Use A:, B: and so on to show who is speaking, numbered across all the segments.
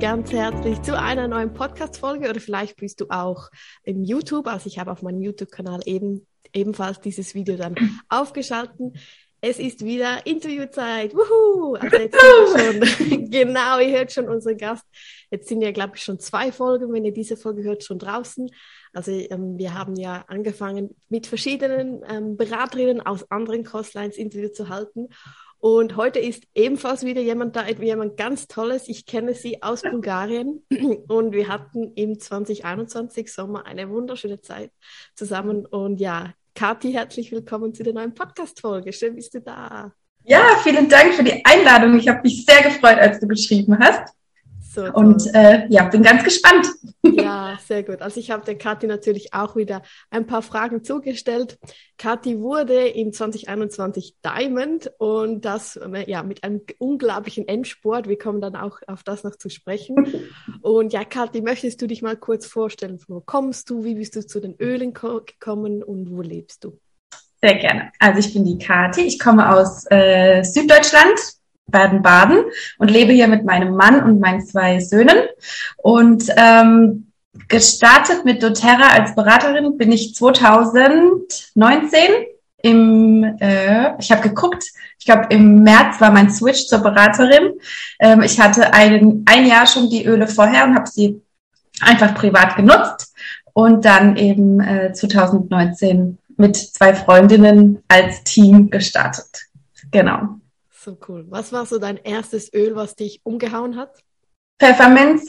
A: ganz herzlich zu einer neuen Podcast-Folge oder vielleicht bist du auch im YouTube. Also ich habe auf meinem YouTube-Kanal ebenfalls dieses Video dann aufgeschalten. Es ist wieder Interviewzeit. Wuhu! Also jetzt sind wir schon, genau, ihr hört schon unseren Gast. Jetzt sind ja, glaube ich, schon 2 Folgen, wenn ihr diese Folge hört, schon draußen. Also wir haben ja angefangen, mit verschiedenen Beraterinnen aus anderen Crosslines Interview zu halten. Und heute ist ebenfalls wieder jemand da, jemand ganz Tolles. Ich kenne sie aus Bulgarien und wir hatten im 2021 Sommer eine wunderschöne Zeit zusammen. Und ja, Kathi, herzlich willkommen zu der neuen Podcast-Folge. Schön, bist du da.
B: Ja, vielen Dank für die Einladung. Ich habe mich sehr gefreut, als du geschrieben hast. So toll. Und bin ganz gespannt.
A: Ja, sehr gut. Also ich habe der Kathi natürlich auch wieder ein paar Fragen zugestellt. Kathi wurde in 2021 Diamond und das mit einem unglaublichen Endspurt. Wir kommen dann auch auf das noch zu sprechen. Und ja, Kathi, möchtest du dich mal kurz vorstellen? Wo kommst du? Wie bist du zu den Ölen gekommen und wo lebst du?
B: Sehr gerne. Also ich bin die Kathi. Ich komme aus Süddeutschland, Baden-Baden, und lebe hier mit meinem Mann und meinen 2 Söhnen. Und gestartet mit doTERRA als Beraterin bin ich 2019 ich habe geguckt, ich glaube im März war mein Switch zur Beraterin. Ich hatte ein Jahr schon die Öle vorher und habe sie einfach privat genutzt und dann eben 2019 mit 2 Freundinnen als Team gestartet. Genau.
A: So cool. Was war so dein erstes Öl, was dich umgehauen hat?
B: Pfefferminz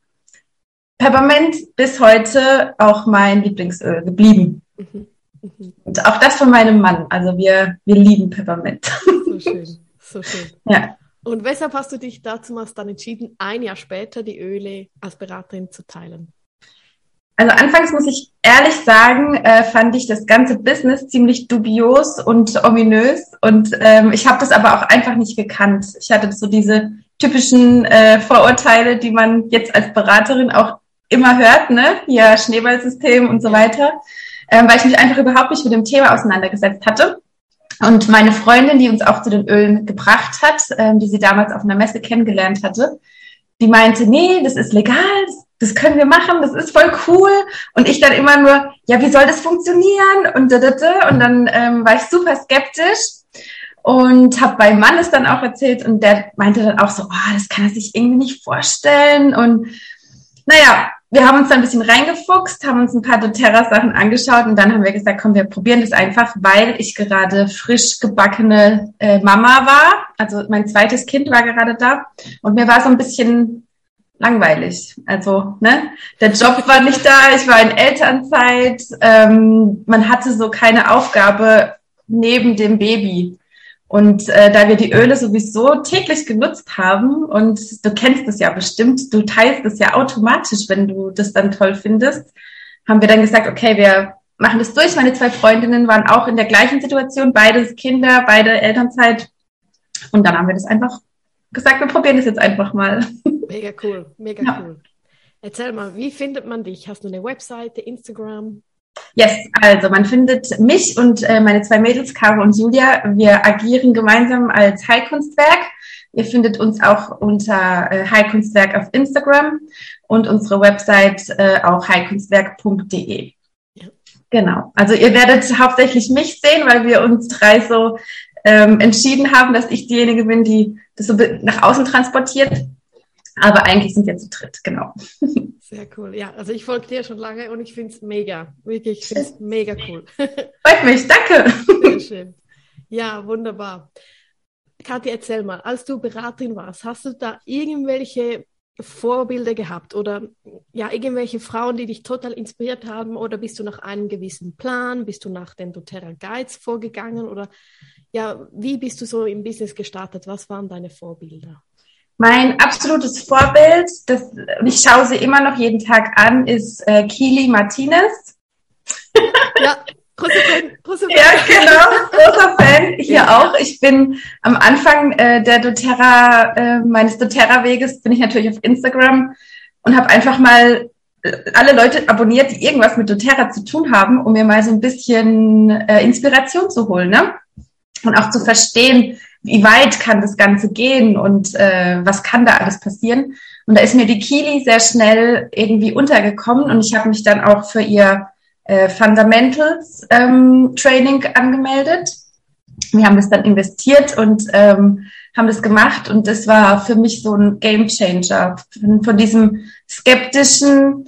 B: bis heute auch mein Lieblingsöl geblieben. Und auch das von meinem Mann. Also wir lieben Pfefferminz.
A: So schön, so schön.
B: Ja.
A: Und weshalb hast du dich damals dann entschieden, ein Jahr später die Öle als Beraterin zu teilen?
B: Also anfangs muss ich ehrlich sagen, fand ich das ganze Business ziemlich dubios und ominös und ich habe das aber auch einfach nicht gekannt. Ich hatte so diese typischen Vorurteile, die man jetzt als Beraterin auch immer hört, ne? Ja, Schneeballsystem und so weiter, weil ich mich einfach überhaupt nicht mit dem Thema auseinandergesetzt hatte. Und meine Freundin, die uns auch zu den Ölen gebracht hat, die sie damals auf einer Messe kennengelernt hatte, die meinte, nee, das ist legal, das können wir machen, das ist voll cool. Und ich dann immer nur, ja, wie soll das funktionieren? Und dann war ich super skeptisch und habe meinem Mann das dann auch erzählt und der meinte dann auch so, das kann er sich irgendwie nicht vorstellen. Und naja, wir haben uns dann ein bisschen reingefuchst, haben uns ein paar doTERRA-Sachen angeschaut und dann haben wir gesagt, komm, wir probieren das einfach, weil ich gerade frisch gebackene Mama war. Also mein 2. Kind war gerade da und mir war so ein bisschen langweilig. Also, ne, der Job war nicht da, ich war in Elternzeit, man hatte so keine Aufgabe neben dem Baby. Und da wir die Öle sowieso täglich genutzt haben und du kennst es ja bestimmt, du teilst es ja automatisch, wenn du das dann toll findest, haben wir dann gesagt, okay, wir machen das durch. Meine 2 Freundinnen waren auch in der gleichen Situation, beide Kinder, beide Elternzeit. Und dann haben wir das einfach gesagt, wir probieren das jetzt einfach mal.
A: Mega cool, mega cool. Erzähl mal, wie findet man dich? Hast du eine Webseite, Instagram?
B: Yes, also man findet mich und meine 2 Mädels, Caro und Julia. Wir agieren gemeinsam als Heilkunstwerk. Ihr findet uns auch unter Heilkunstwerk auf Instagram und unsere Website auch heilkunstwerk.de. Ja. Genau, also ihr werdet hauptsächlich mich sehen, weil wir uns 3 so entschieden haben, dass ich diejenige bin, die das so nach außen transportiert. Aber eigentlich sind wir zu dritt, genau.
A: Sehr cool. Ja, also ich folge dir schon lange und ich finde es mega. Wirklich, ich finde es mega cool.
B: Freut mich, danke.
A: Sehr schön. Ja, wunderbar. Kathi, erzähl mal, als du Beraterin warst, hast du da irgendwelche Vorbilder gehabt oder ja, irgendwelche Frauen, die dich total inspiriert haben oder bist du nach einem gewissen Plan, bist du nach den doTERRA Guides vorgegangen oder ja, wie bist du so im Business gestartet? Was waren deine Vorbilder?
B: Mein absolutes Vorbild, und ich schaue sie immer noch jeden Tag an, ist Kili Martinez.
A: Ja, großer Fan.
B: Ja, genau, großer Fan. Hier auch. Ich bin am Anfang meines doTERRA-Weges bin ich natürlich auf Instagram und habe einfach mal alle Leute abonniert, die irgendwas mit doTERRA zu tun haben, um mir mal so ein bisschen Inspiration zu holen, ne? Und auch zu verstehen, wie weit kann das Ganze gehen und was kann da alles passieren. Und da ist mir die Kili sehr schnell irgendwie untergekommen und ich habe mich dann auch für ihr Fundamentals Training angemeldet. Wir haben das dann investiert und haben das gemacht und das war für mich so ein Game Changer von diesem skeptischen,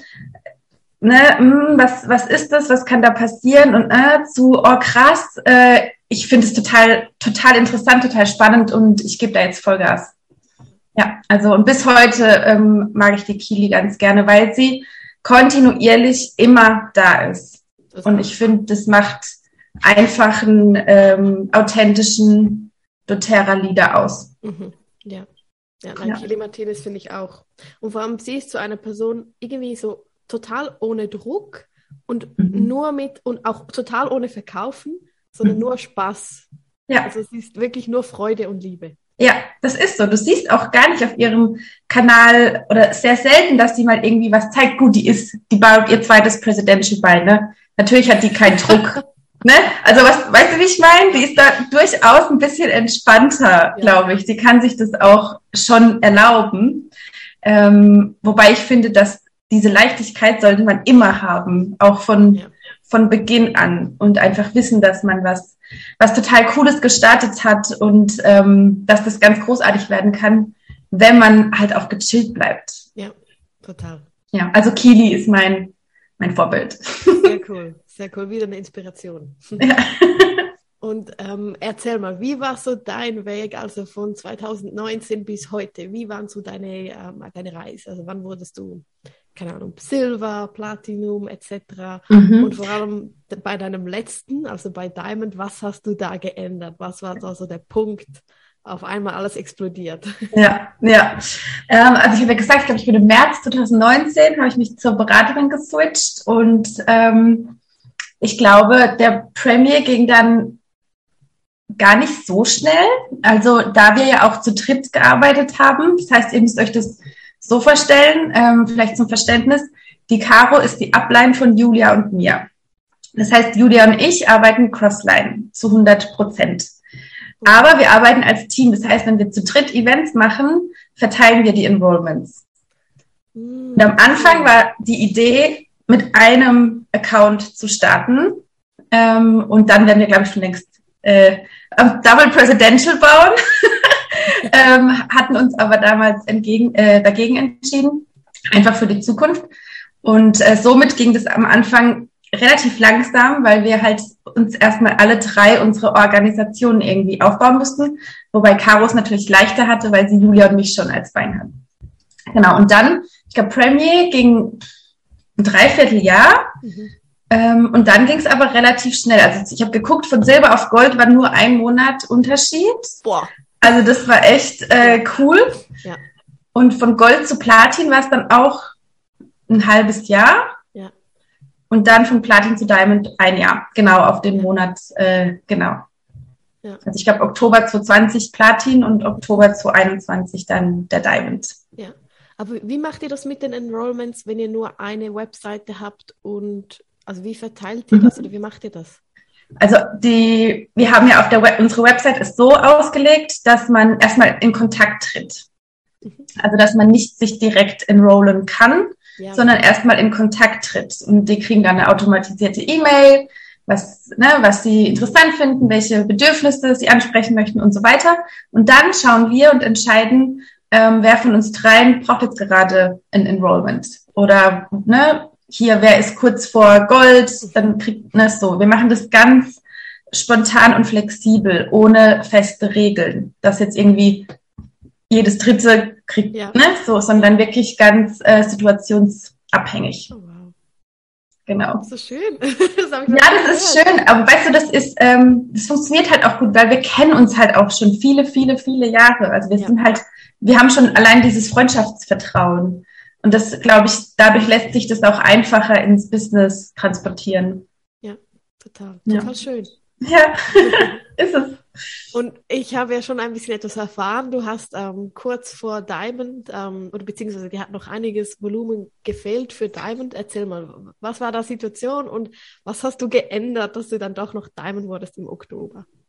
B: ne, was ist das, was kann da passieren und zu, oh krass, ich finde es total interessant, total spannend und ich gebe da jetzt Vollgas. Ja, also und bis heute mag ich die Kili ganz gerne, weil sie kontinuierlich immer da ist. Und ich finde, das macht einfachen, authentischen doTERRA-Leader aus.
A: Mhm. Ja, Kili Martinez finde ich auch. Und vor allem, sie ist so eine Person irgendwie so total ohne Druck und nur und auch total ohne Verkaufen, sondern nur Spaß. Ja. Also sie ist wirklich nur Freude und Liebe.
B: Ja, das ist so. Du siehst auch gar nicht auf ihrem Kanal oder sehr selten, dass sie mal irgendwie was zeigt. Gut, die baut ihr zweites Presidential bei, ne? Natürlich hat die keinen Druck. Ne? Also weißt du, wie ich meine? Die ist da durchaus ein bisschen entspannter, glaube ich. Die kann sich das auch schon erlauben. Wobei ich finde, dass diese Leichtigkeit sollte man immer haben, auch von Beginn an und einfach wissen, dass man was total Cooles gestartet hat und dass das ganz großartig werden kann, wenn man halt auch gechillt bleibt.
A: Ja, total.
B: Ja, also Kili ist mein Vorbild.
A: Sehr cool, wieder eine Inspiration. Ja. Und erzähl mal, wie war so dein Weg, also von 2019 bis heute? Wie waren so deine Reise? Also wann wurdest du, keine Ahnung, Silber, Platinum etc. Und vor allem bei deinem letzten, also bei Diamond, was hast du da geändert? Was war da so der Punkt, auf einmal alles explodiert?
B: Ja. Also ich habe ja gesagt, ich glaube, ich bin im März 2019, habe ich mich zur Beraterin geswitcht und ich glaube, der Premier ging dann gar nicht so schnell. Also da wir ja auch zu dritt gearbeitet haben, das heißt, ihr müsst euch das so vorstellen, vielleicht zum Verständnis, die Caro ist die Upline von Julia und mir. Das heißt, Julia und ich arbeiten Crossline zu 100%. Aber wir arbeiten als Team. Das heißt, wenn wir zu dritt Events machen, verteilen wir die Enrollments. Und am Anfang war die Idee, mit einem Account zu starten. Und dann werden wir, glaube ich, schon längst Double Presidential bauen. Hatten uns aber damals dagegen entschieden, einfach für die Zukunft. Und somit ging das am Anfang relativ langsam, weil wir halt uns erstmal alle drei unsere Organisationen irgendwie aufbauen mussten, wobei Caro es natürlich leichter hatte, weil sie Julia und mich schon als Bein hat. Genau, und dann, ich glaube, Premier ging ein Dreivierteljahr und dann ging es aber relativ schnell. Also ich habe geguckt, von Silber auf Gold war nur ein Monat Unterschied.
A: Boah.
B: Also das war echt cool. Ja. Und von Gold zu Platin war es dann auch ein halbes Jahr. Ja. Und dann von Platin zu Diamond ein Jahr. Genau, auf den Monat, genau. Ja. Also ich glaube Oktober 2020 Platin und Oktober 2021 dann der Diamond.
A: Ja. Aber wie macht ihr das mit den Enrollments, wenn ihr nur eine Webseite habt und also wie verteilt ihr das oder wie macht ihr das?
B: Also wir haben ja unsere Website ist so ausgelegt, dass man erstmal in Kontakt tritt. Also dass man nicht sich direkt enrollen kann, sondern erstmal in Kontakt tritt. Und die kriegen dann eine automatisierte E-Mail, was sie interessant finden, welche Bedürfnisse sie ansprechen möchten und so weiter. Und dann schauen wir und entscheiden, wer von uns dreien braucht jetzt gerade ein Enrollment. Oder hier, wer ist kurz vor Gold, dann kriegt so. Wir machen das ganz spontan und flexibel, ohne feste Regeln. Dass jetzt irgendwie jedes Dritte kriegt, sondern wirklich ganz situationsabhängig. Oh, wow. Genau.
A: Das ist schön.
B: Das ist schön, aber weißt du, das funktioniert halt auch gut, weil wir kennen uns halt auch schon viele, viele, viele Jahre. Also wir haben schon allein dieses Freundschaftsvertrauen. Und das, glaube ich, dadurch lässt sich das auch einfacher ins Business transportieren.
A: Ja, total schön.
B: Ja, ist es.
A: Und ich habe ja schon ein bisschen etwas erfahren. Du hast kurz vor Diamond, oder beziehungsweise dir hat noch einiges Volumen gefehlt für Diamond. Erzähl mal, was war da Situation und was hast du geändert, dass du dann doch noch Diamond wurdest im Oktober?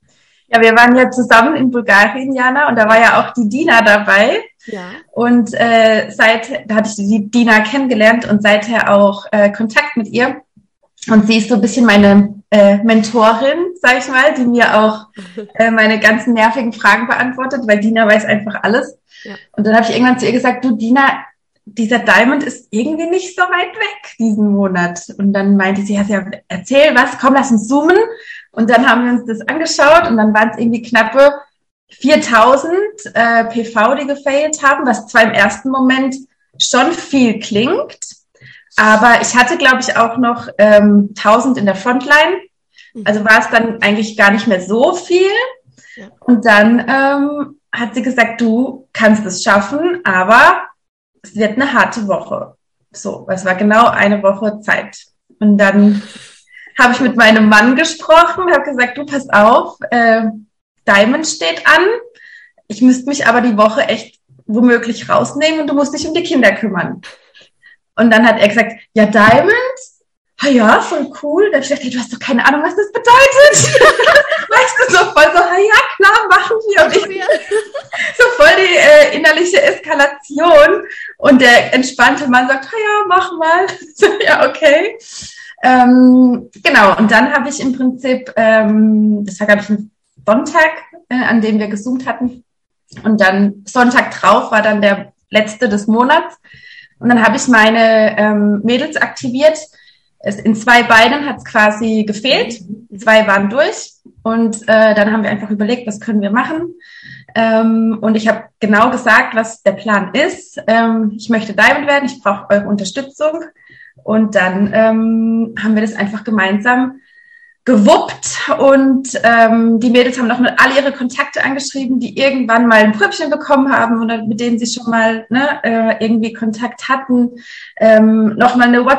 B: Ja, wir waren ja zusammen in Bulgarien, Jana, und da war ja auch die Dina dabei.
A: Ja.
B: Und da hatte ich die Dina kennengelernt und seither auch Kontakt mit ihr. Und sie ist so ein bisschen meine Mentorin, sag ich mal, die mir auch meine ganzen nervigen Fragen beantwortet, weil Dina weiß einfach alles.
A: Ja.
B: Und dann habe ich irgendwann zu ihr gesagt, du Dina, dieser Diamond ist irgendwie nicht so weit weg diesen Monat. Und dann meinte sie, ja, erzähl was, komm, lass uns zoomen. Und dann haben wir uns das angeschaut und dann waren es irgendwie knappe 4000 PV, die gefailt haben, was zwar im ersten Moment schon viel klingt, aber ich hatte, glaube ich, auch noch 1000 in der Frontline. Also war es dann eigentlich gar nicht mehr so viel. Ja. Und dann hat sie gesagt, du kannst es schaffen, aber es wird eine harte Woche. So, es war genau eine Woche Zeit. Und dann habe ich mit meinem Mann gesprochen, habe gesagt, du, pass auf, Diamond steht an. Ich müsste mich aber die Woche echt womöglich rausnehmen und du musst dich um die Kinder kümmern. Und dann hat er gesagt, ja, Diamond? Ja, voll cool. Dann habe ich gesagt, hey, du hast doch keine Ahnung, was das bedeutet. Weißt du, so voll so, ja, klar, machen wir. Und ich, so voll die innerliche Eskalation. Und der entspannte Mann sagt, ja, mach mal. So, ja, okay. Genau, und dann habe ich im Prinzip, das war, glaube ich, ein Sonntag, an dem wir gezoomt hatten. Und dann Sonntag drauf war dann der letzte des Monats. Und dann habe ich meine Mädels aktiviert. In 2 Beinen hat es quasi gefehlt. 2 waren durch. Und dann haben wir einfach überlegt, was können wir machen. Und ich habe genau gesagt, was der Plan ist. Ich möchte Diamond werden, ich brauche eure Unterstützung. Und dann haben wir das einfach gemeinsam gewuppt und die Mädels haben noch mal alle ihre Kontakte angeschrieben, die irgendwann mal ein Pröbchen bekommen haben oder mit denen sie schon mal irgendwie Kontakt hatten. Noch mal eine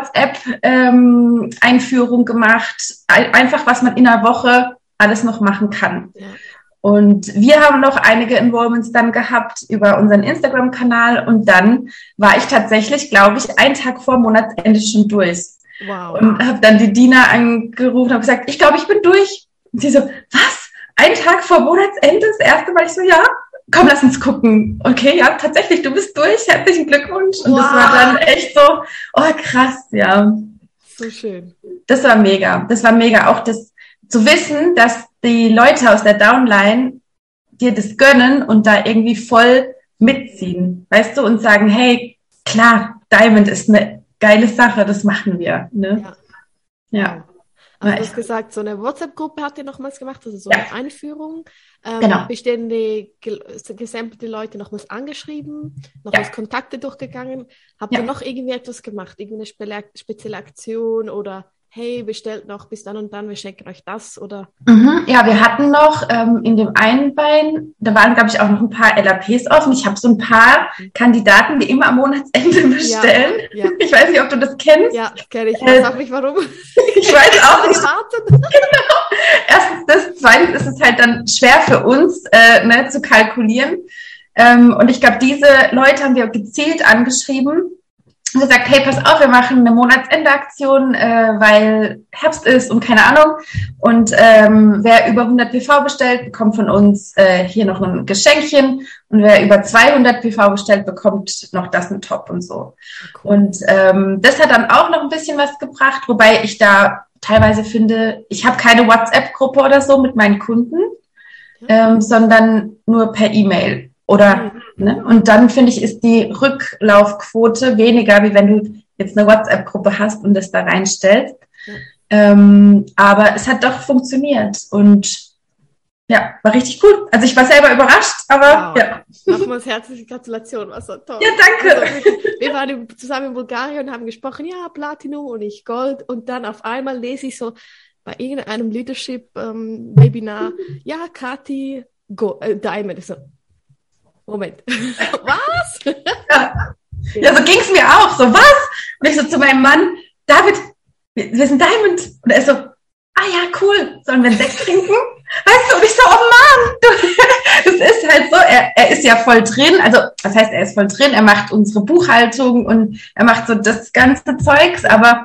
B: WhatsApp-Einführung gemacht. Einfach, was man in einer Woche alles noch machen kann. Ja. Und wir haben noch einige Enrollments dann gehabt über unseren Instagram-Kanal und dann war ich tatsächlich, glaube ich, einen Tag vor Monatsende schon durch. Wow. Und habe dann die Dina angerufen und habe gesagt, ich glaube, ich bin durch. Und sie so, was? Einen Tag vor Monatsende? Das erste Mal? Ich so, ja, komm, lass uns gucken. Okay, ja, tatsächlich, du bist durch. Herzlichen Glückwunsch. Und wow. Das war dann echt so, oh krass, ja.
A: So schön.
B: Das war mega. Das war mega. Auch das zu wissen, dass die Leute aus der Downline dir das gönnen und da irgendwie voll mitziehen. Weißt du? Und sagen, hey, klar, Diamond ist eine geile Sache, das machen wir. Ne? Ja.
A: Also du hast gesagt, so eine WhatsApp-Gruppe habt ihr nochmals gemacht, also so eine Einführung.
B: Genau.
A: Bestehende gesammelte Leute nochmals angeschrieben, nochmals Kontakte durchgegangen. Habt ihr noch irgendwie etwas gemacht? Irgendeine spezielle Aktion oder hey, bestellt noch bis dann und dann, wir schenken euch das oder?
B: Ja, wir hatten noch in dem einen Bein, da waren, glaube ich, auch noch ein paar LAPs offen. Ich habe so ein paar Kandidaten, die immer am Monatsende bestellen. Ja. Ich weiß nicht, ob du das kennst.
A: Ja, kenne ich. Ich weiß auch nicht, warum.
B: Ich weiß auch nicht. Genau. Erstens das, zweitens ist es halt dann schwer für uns, zu kalkulieren. Und ich glaube, diese Leute haben wir gezielt angeschrieben und gesagt, hey, pass auf, wir machen eine Monatsende-Aktion, weil Herbst ist und keine Ahnung. Und wer über 100 PV bestellt, bekommt von uns hier noch ein Geschenkchen. Und wer über 200 PV bestellt, bekommt noch das mit Top und so. Cool. Und das hat dann auch noch ein bisschen was gebracht, wobei ich da teilweise finde, ich habe keine WhatsApp-Gruppe oder so mit meinen Kunden, sondern nur per E-Mail. Oder, ne? Und dann finde ich, ist die Rücklaufquote weniger, wie wenn du jetzt eine WhatsApp-Gruppe hast und das da reinstellst. Aber es hat doch funktioniert und ja, war richtig cool. Also ich war selber überrascht, aber ja.
A: Nochmals herzliche Gratulation, war so toll.
B: Ja, danke.
A: Also, wir waren zusammen in Bulgarien und haben gesprochen, ja, Platinum und ich Gold und dann auf einmal lese ich so bei irgendeinem Leadership-Webinar, ja, Kathi, Diamond. So, Moment, was?
B: Ja, so ging's mir auch. So, was? Und ich so zu meinem Mann, David, wir sind Diamond. Und er so, ja, cool. Sollen wir 6 trinken? Weißt du? Und ich so, oh Mann. Das ist halt so, er ist ja voll drin. Also, was heißt, er ist voll drin? Er macht unsere Buchhaltung und er macht so das ganze Zeugs. Aber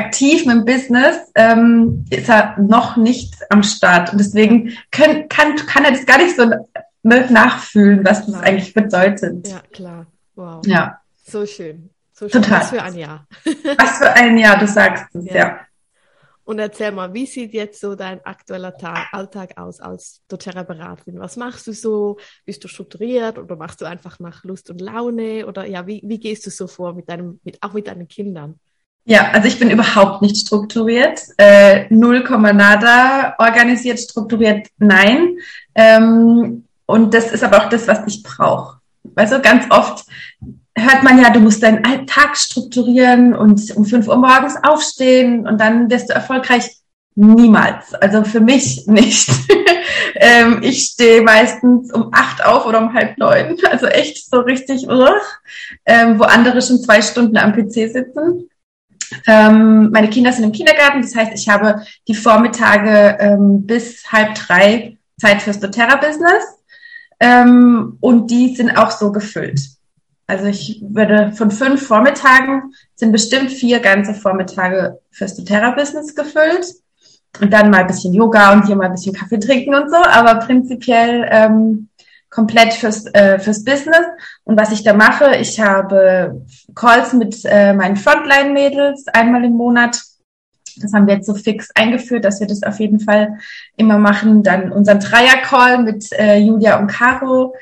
B: aktiv mit dem Business, ist er noch nicht am Start. Und deswegen kann er das gar nicht so nachfühlen, was das eigentlich bedeutet.
A: Ja, klar. Wow.
B: Ja.
A: So schön. So schön.
B: Total.
A: Was für ein Jahr.
B: Was für ein Jahr, du sagst es, ja.
A: Und erzähl mal, wie sieht jetzt so dein aktueller Alltag aus als doTERRA-Beraterin? Was machst du so? Bist du strukturiert oder machst du einfach nach Lust und Laune? Oder ja, wie gehst du so vor auch mit deinen Kindern?
B: Ja, also ich bin überhaupt nicht strukturiert. 0, nada, organisiert, strukturiert, nein. Und das ist aber auch das, was ich brauche. Also ganz oft hört man ja, du musst deinen Alltag strukturieren und um 5 Uhr morgens aufstehen und dann wirst du erfolgreich. Niemals. Also für mich nicht. Ich stehe meistens um 8 auf oder um 8:30. Also echt so richtig, wo andere schon 2 Stunden am PC sitzen. Meine Kinder sind im Kindergarten, das heißt, ich habe die Vormittage bis 2:30 Zeit fürs doTERRA-Business. Und die sind auch so gefüllt. Also ich würde von 5 Vormittagen sind bestimmt 4 ganze Vormittage fürs doTERRA-Business gefüllt. Und dann mal ein bisschen Yoga und hier mal ein bisschen Kaffee trinken und so, aber prinzipiell komplett fürs Business. Und was ich da mache, ich habe Calls mit meinen Frontline-Mädels einmal im Monat. Das haben wir jetzt so fix eingeführt, dass wir das auf jeden Fall immer machen. Dann unseren Dreier-Call mit Julia und Caro.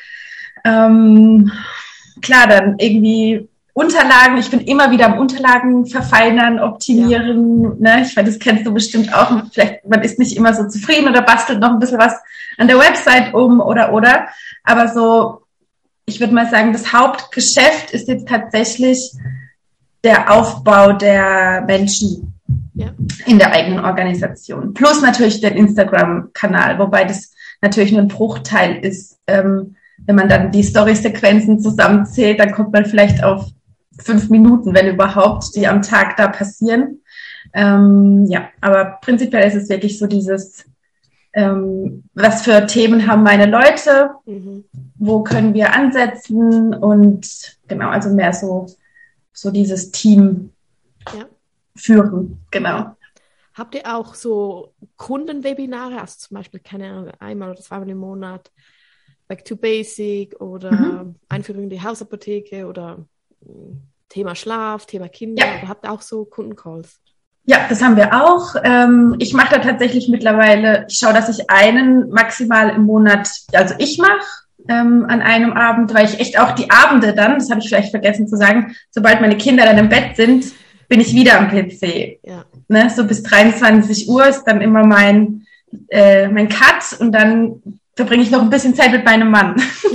B: Klar, dann irgendwie Unterlagen. Ich bin immer wieder am Unterlagen verfeinern, optimieren. Ja. Ne? Ich meine, das kennst du bestimmt auch. Vielleicht, man ist nicht immer so zufrieden oder bastelt noch ein bisschen was an der Website oder. Aber so, ich würde mal sagen, das Hauptgeschäft ist jetzt tatsächlich der Aufbau der Menschen in der eigenen Organisation. Plus natürlich den Instagram-Kanal, wobei das natürlich nur ein Bruchteil ist. Wenn man dann die Story-Sequenzen zusammenzählt, dann kommt man vielleicht auf 5 Minuten, wenn überhaupt, die am Tag da passieren. Aber prinzipiell ist es wirklich so dieses, was für Themen haben meine Leute, wo können wir ansetzen und genau, also mehr so dieses Team führen, genau.
A: Habt ihr auch so Kundenwebinare, also zum Beispiel, keine Ahnung, 1 oder 2 Mal im Monat, Back to Basic oder Einführung in die Hausapotheke oder Thema Schlaf, Thema Kinder, oder habt ihr auch so Kundencalls?
B: Ja, das haben wir auch. Ich mache da tatsächlich mittlerweile, ich schaue, dass ich einen maximal im Monat, also ich mache an einem Abend, weil ich echt auch die Abende dann, das habe ich vielleicht vergessen zu sagen, sobald meine Kinder dann im Bett sind, bin ich wieder am PC. Ja. Ne, so bis 23 Uhr ist dann immer mein Cut und dann verbringe ich noch ein bisschen Zeit mit meinem Mann.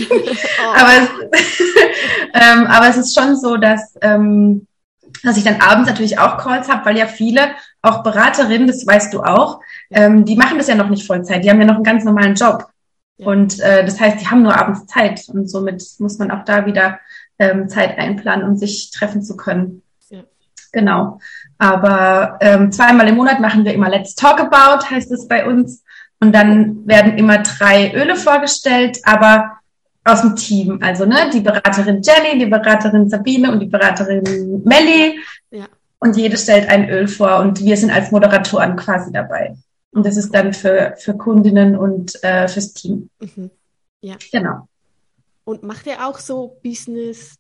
B: Aber es ist schon so, dass ich dann abends natürlich auch Calls habe, weil ja viele, auch Beraterinnen, das weißt du auch, die machen das ja noch nicht Vollzeit, die haben ja noch einen ganz normalen Job. Ja. Und das heißt, die haben nur abends Zeit und somit muss man auch da wieder Zeit einplanen, um sich treffen zu können. Ja. Genau. Aber 2-mal im Monat machen wir immer Let's Talk About, heißt es bei uns. Und dann werden immer 3 Öle vorgestellt, aber aus dem Team. Also die Beraterin Jenny, die Beraterin Sabine und die Beraterin Melli. Ja. Und jede stellt ein Öl vor und wir sind als Moderatoren quasi dabei. Und das ist dann für Kundinnen und fürs Team. Mhm.
A: Ja.
B: Genau.
A: Und macht ihr auch so Business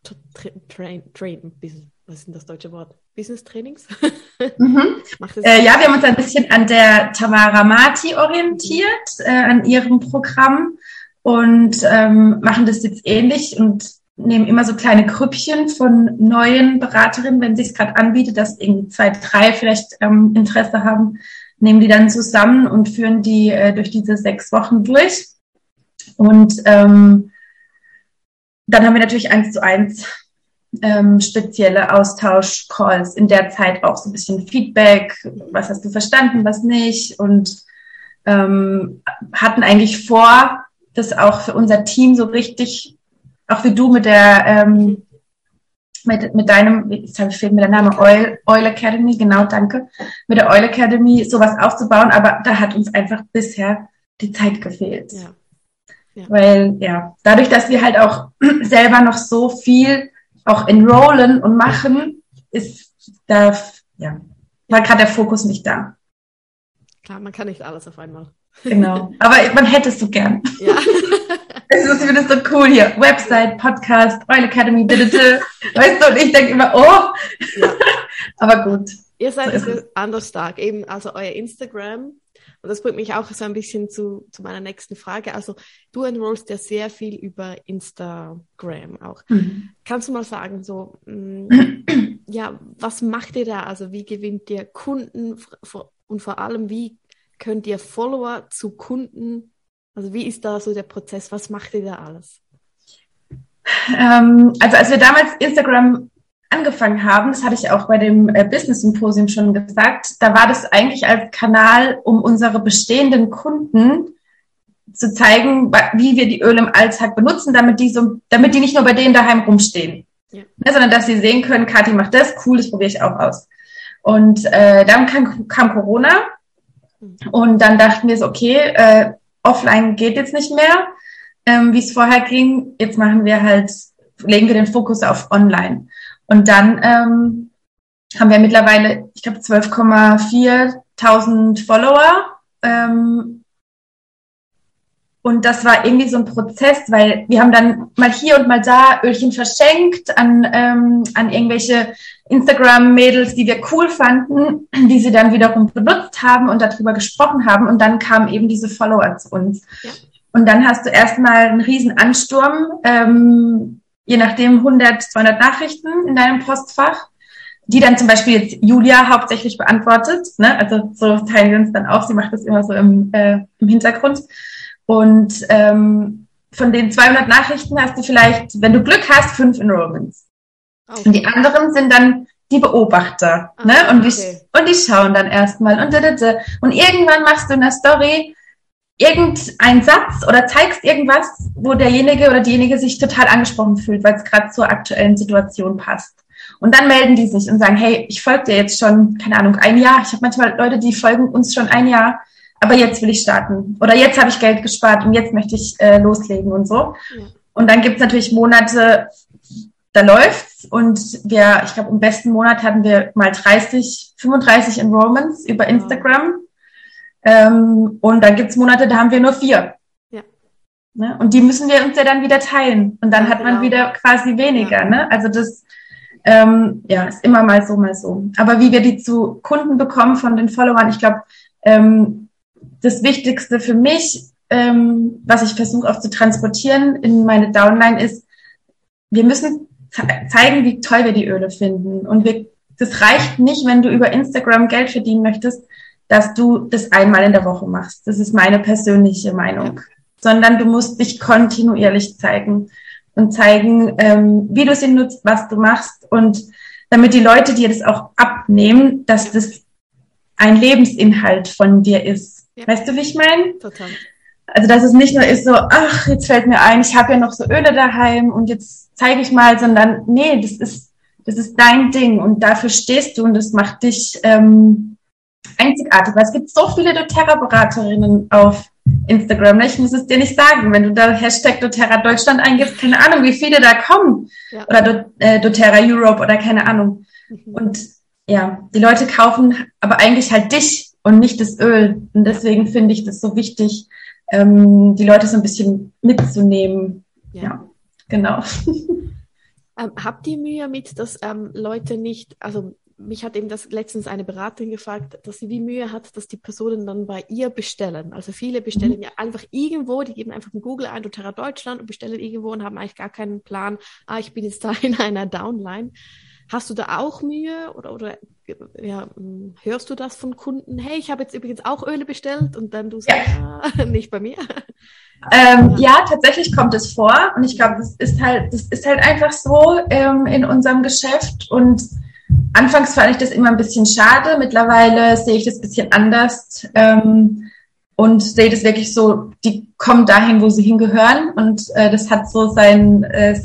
A: was ist denn das deutsche Wort? Business-Trainings?
B: Ja, wir haben uns ein bisschen an der Tamara Marti orientiert, an ihrem Programm und machen das jetzt ähnlich und nehmen immer so kleine Grüppchen von neuen Beraterinnen, wenn es sich gerade anbietet, dass irgendwie 2, 3 vielleicht Interesse haben, nehmen die dann zusammen und führen die durch diese 6 Wochen durch. Und dann haben wir natürlich 1:1 spezielle Austausch-Calls, in der Zeit auch so ein bisschen Feedback, was hast du verstanden, was nicht, und hatten eigentlich vor, das auch für unser Team so richtig, auch wie du mit der mit deinem, jetzt fehlt mir der Name, Oil Academy, genau, danke, mit der Oil Academy sowas aufzubauen, aber da hat uns einfach bisher die Zeit gefehlt. Ja. Ja. Weil, dadurch, dass wir halt auch selber noch so viel auch enrollen und machen, ist da, war gerade der Fokus nicht da.
A: Klar, man kann nicht alles auf einmal.
B: Genau, aber man hätte es so gern.
A: Ja.
B: Ich finde es so cool hier. Website, Podcast, Oil Academy, bitte. Weißt du, und ich denke immer,
A: Ja.
B: Aber gut.
A: Ihr seid so anders stark, eben also euer Instagram. Und das bringt mich auch so ein bisschen zu meiner nächsten Frage. Also du enrollst ja sehr viel über Instagram auch. Kannst du mal sagen, so, ja, was macht ihr da? Also wie gewinnt ihr Kunden und vor allem, wie könnt ihr Follower zu Kunden, also wie ist da so der Prozess? Was macht ihr da alles?
B: Also als wir damals Instagram angefangen haben, das hatte ich auch bei dem Business Symposium schon gesagt, da war das eigentlich als Kanal, um unsere bestehenden Kunden zu zeigen, wie wir die Öle im Alltag benutzen, damit die nicht nur bei denen daheim rumstehen, sondern dass sie sehen können, Kathi macht das, cool, das probiere ich auch aus. Und dann kam Corona und dann dachten wir so, okay, offline geht jetzt nicht mehr, wie es vorher ging, jetzt legen wir den Fokus auf online. Und dann haben wir mittlerweile, ich glaube, 12,4.000 Follower. Und das war irgendwie so ein Prozess, weil wir haben dann mal hier und mal da Ölchen verschenkt an irgendwelche Instagram-Mädels, die wir cool fanden, die sie dann wiederum benutzt haben und darüber gesprochen haben. Und dann kamen eben diese Follower zu uns. Ja. Und dann hast du erstmal einen riesen Ansturm, je nachdem 100, 200 Nachrichten in deinem Postfach, die dann zum Beispiel jetzt Julia hauptsächlich beantwortet, ne? Also so teilen wir uns dann auch, sie macht das immer so im Hintergrund. Und von den 200 Nachrichten hast du vielleicht, wenn du Glück hast, 5 Enrollments. Okay. Und die anderen sind dann die Beobachter, ne? Und die schauen dann erstmal und irgendwann machst du in der Story irgendeinen Satz oder zeigst irgendwas, wo derjenige oder diejenige sich total angesprochen fühlt, weil es gerade zur aktuellen Situation passt. Und dann melden die sich und sagen, hey, ich folge dir jetzt schon, keine Ahnung, ein Jahr. Ich habe manchmal Leute, die folgen uns schon ein Jahr, aber jetzt will ich starten. Oder jetzt habe ich Geld gespart und jetzt möchte ich loslegen und so. Ja. Und dann gibt's natürlich Monate, da läuft's. Und ich glaube, im besten Monat hatten wir mal 35 Enrollments über Instagram. Und dann gibt's Monate, da haben wir nur 4. Ja. Ne? Und die müssen wir uns ja dann wieder teilen. Und dann hat man wieder quasi weniger. Ja. Ne? Also das ist immer mal so, mal so. Aber wie wir die zu Kunden bekommen von den Followern, ich glaube, das Wichtigste für mich, was ich versuche auch zu transportieren in meine Downline ist, wir müssen zeigen, wie toll wir die Öle finden. Und das reicht nicht, wenn du über Instagram Geld verdienen möchtest, dass du das einmal in der Woche machst. Das ist meine persönliche Meinung. Ja. Sondern du musst dich kontinuierlich zeigen und zeigen, wie du sie nutzt, was du machst und damit die Leute dir das auch abnehmen, dass das ein Lebensinhalt von dir ist. Ja. Weißt du, wie ich meine?
A: Total.
B: Also, dass es nicht nur ist so, ach, jetzt fällt mir ein, ich habe ja noch so Öle daheim und jetzt zeige ich mal, sondern nee, das ist dein Ding und dafür stehst du und das macht dich einzigartig, weil es gibt so viele doTERRA-Beraterinnen auf Instagram, ne? Ich muss es dir nicht sagen, wenn du da Hashtag doTERRA Deutschland eingibst, keine Ahnung, wie viele da kommen. Ja. Oder doTERRA Europe oder keine Ahnung. Und ja, die Leute kaufen aber eigentlich halt dich und nicht das Öl. Und deswegen finde ich das so wichtig, die Leute so ein bisschen mitzunehmen. Ja, genau.
A: Habt ihr Mühe mit, dass Leute nicht, also mich hat eben das letztens eine Beraterin gefragt, dass sie wie Mühe hat, dass die Personen dann bei ihr bestellen. Also viele bestellen ja einfach irgendwo, die geben einfach in Google ein, doTERRA Deutschland und bestellen irgendwo und haben eigentlich gar keinen Plan, ich bin jetzt da in einer Downline. Hast du da auch Mühe oder hörst du das von Kunden? Hey, ich habe jetzt übrigens auch Öle bestellt und dann du sagst, nicht bei mir.
B: Ja, tatsächlich kommt es vor und ich glaube, das ist halt einfach so in unserem Geschäft und anfangs fand ich das immer ein bisschen schade, mittlerweile sehe ich das ein bisschen anders und sehe das wirklich so, die kommen dahin, wo sie hingehören und das hat so seinen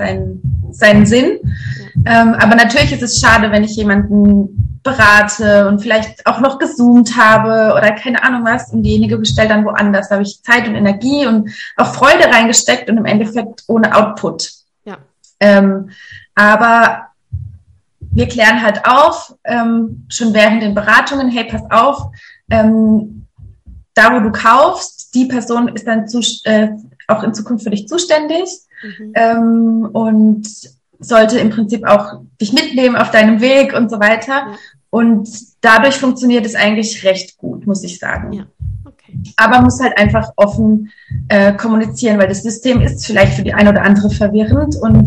B: Sinn. Aber natürlich ist es schade, wenn ich jemanden berate und vielleicht auch noch gezoomt habe oder keine Ahnung was und diejenige bestellt dann woanders. Da habe ich Zeit und Energie und auch Freude reingesteckt und im Endeffekt ohne Output. Ja. Aber wir klären halt auf, schon während den Beratungen, hey, pass auf, da wo du kaufst, die Person ist dann auch in Zukunft für dich zuständig und sollte im Prinzip auch dich mitnehmen auf deinem Weg und so weiter. Ja. Und dadurch funktioniert es eigentlich recht gut, muss ich sagen. Ja. Okay. Aber man muss halt einfach offen kommunizieren, weil das System ist vielleicht für die eine oder andere verwirrend und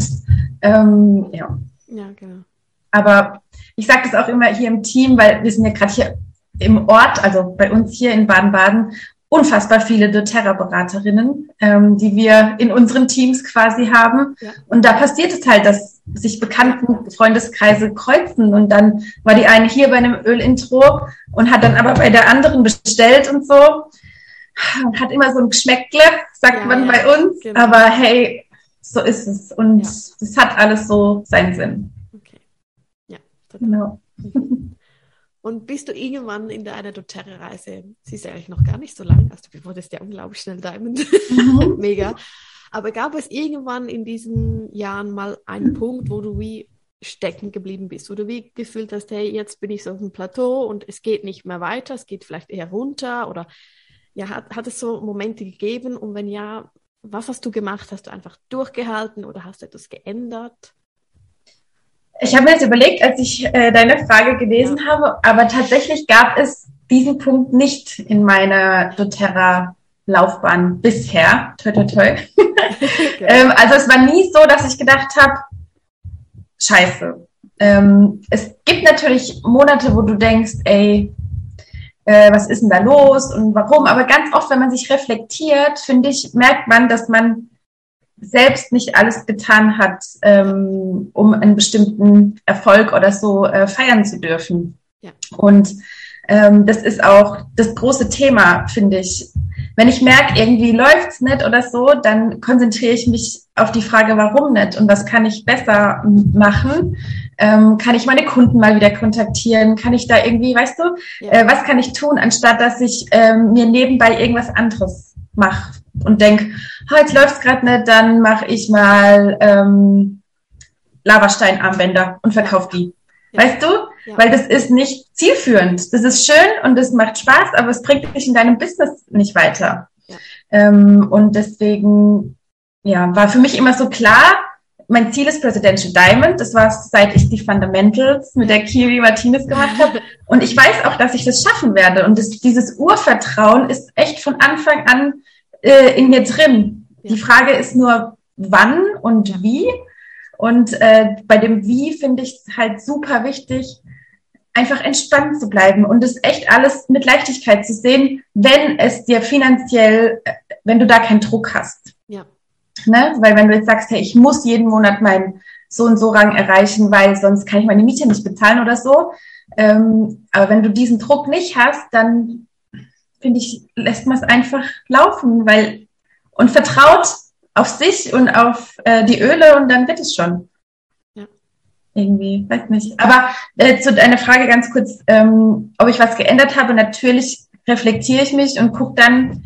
B: ja. Ja, genau. Aber ich sage das auch immer hier im Team, weil wir sind ja gerade hier im Ort, also bei uns hier in Baden-Baden, unfassbar viele doTERRA-Beraterinnen, die wir in unseren Teams quasi haben. Ja. Und da passiert es halt, dass sich bekannten Freundeskreise kreuzen. Und dann war die eine hier bei einem Ölintro und hat dann aber bei der anderen bestellt und so. Hat immer so ein Geschmäckle, sagt man bei uns. Genau. Aber hey, so ist es. Und es hat alles so seinen Sinn.
A: Okay. Ja, total. Genau. Und bist du irgendwann in deiner doTERRA-Reise, sie ist ja eigentlich noch gar nicht so lang, also du wurdest ja unglaublich schnell Diamond, mega, aber gab es irgendwann in diesen Jahren mal einen Punkt, wo du wie stecken geblieben bist, wo du wie gefühlt hast, hey, jetzt bin ich so auf dem Plateau und es geht nicht mehr weiter, es geht vielleicht eher runter oder ja, hat es so Momente gegeben und wenn ja, was hast du gemacht? Hast du einfach durchgehalten oder hast du etwas geändert?
B: Ich habe mir jetzt überlegt, als ich deine Frage gelesen habe, aber tatsächlich gab es diesen Punkt nicht in meiner doTERRA-Laufbahn bisher. Toi, toi, toi. Also es war nie so, dass ich gedacht habe, scheiße. Es gibt natürlich Monate, wo du denkst, ey, was ist denn da los und warum? Aber ganz oft, wenn man sich reflektiert, finde ich, merkt man, dass man selbst nicht alles getan hat, um einen bestimmten Erfolg oder so feiern zu dürfen. Ja. Und das ist auch das große Thema, finde ich. Wenn ich merke, irgendwie läuft's nicht oder so, dann konzentriere ich mich auf die Frage, warum nicht und was kann ich besser machen? Kann ich meine Kunden mal wieder kontaktieren? Kann ich da irgendwie, weißt du, was kann ich tun, anstatt dass ich mir nebenbei irgendwas anderes mache und denke, jetzt läuft's gerade nicht, dann mache ich mal Lavasteinarmbänder und verkaufe die. Ja. Weißt du? Ja. Weil das ist nicht zielführend. Das ist schön und das macht Spaß, aber es bringt dich in deinem Business nicht weiter. Ja. Und deswegen war für mich immer so klar, mein Ziel ist Presidential Diamond. Das war seit ich die Fundamentals mit der Kiri Martinez gemacht habe. Und ich weiß auch, dass ich das schaffen werde. Und dieses Urvertrauen ist echt von Anfang an in mir drin. Ja. Die Frage ist nur, wann und wie. Und bei dem Wie finde ich es halt super wichtig, einfach entspannt zu bleiben und es echt alles mit Leichtigkeit zu sehen, wenn es dir finanziell, wenn du da keinen Druck hast. Ja. Ne? Weil wenn du jetzt sagst, hey, ich muss jeden Monat meinen so und so Rang erreichen, weil sonst kann ich meine Miete nicht bezahlen oder so. Aber wenn du diesen Druck nicht hast, dann finde ich, lässt man es einfach laufen, und vertraut auf sich und auf die Öle und dann wird es schon. Ja. Irgendwie, weiß nicht. Aber zu deiner Frage ganz kurz, ob ich was geändert habe. Natürlich reflektiere ich mich und gucke dann,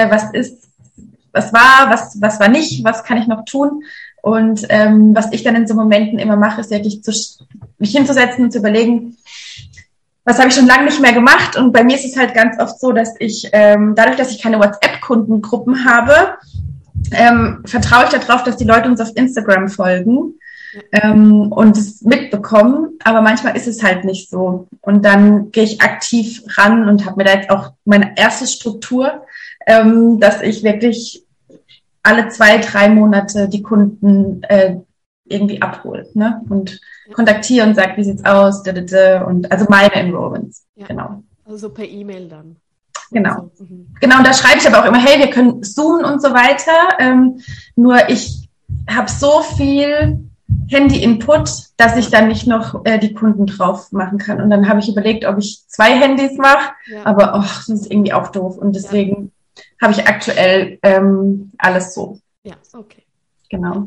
B: was war nicht, was kann ich noch tun. Und was ich dann in so Momenten immer mache, ist wirklich mich hinzusetzen und zu überlegen, was habe ich schon lange nicht mehr gemacht. Und bei mir ist es halt ganz oft so, dass ich, dadurch, dass ich keine WhatsApp-Kundengruppen habe, vertraue ich darauf, dass die Leute uns auf Instagram folgen und es mitbekommen. Aber manchmal ist es halt nicht so. Und dann gehe ich aktiv ran und habe mir da jetzt auch meine erste Struktur, dass ich wirklich alle 2-3 Monate die Kunden irgendwie abhole, ne? Und kontaktiere und sage, wie sieht's aus, und also meine Enrollments, genau.
A: Also per E-Mail dann.
B: Genau. So. Genau, und da schreibe ich aber auch immer, hey, wir können zoomen und so weiter. Nur ich habe so viel Handy-Input, dass ich dann nicht noch die Kunden drauf machen kann. Und dann habe ich überlegt, ob ich 2 Handys mache, aber das ist irgendwie auch doof. Und deswegen habe ich aktuell alles so.
A: Ja, okay.
B: Genau.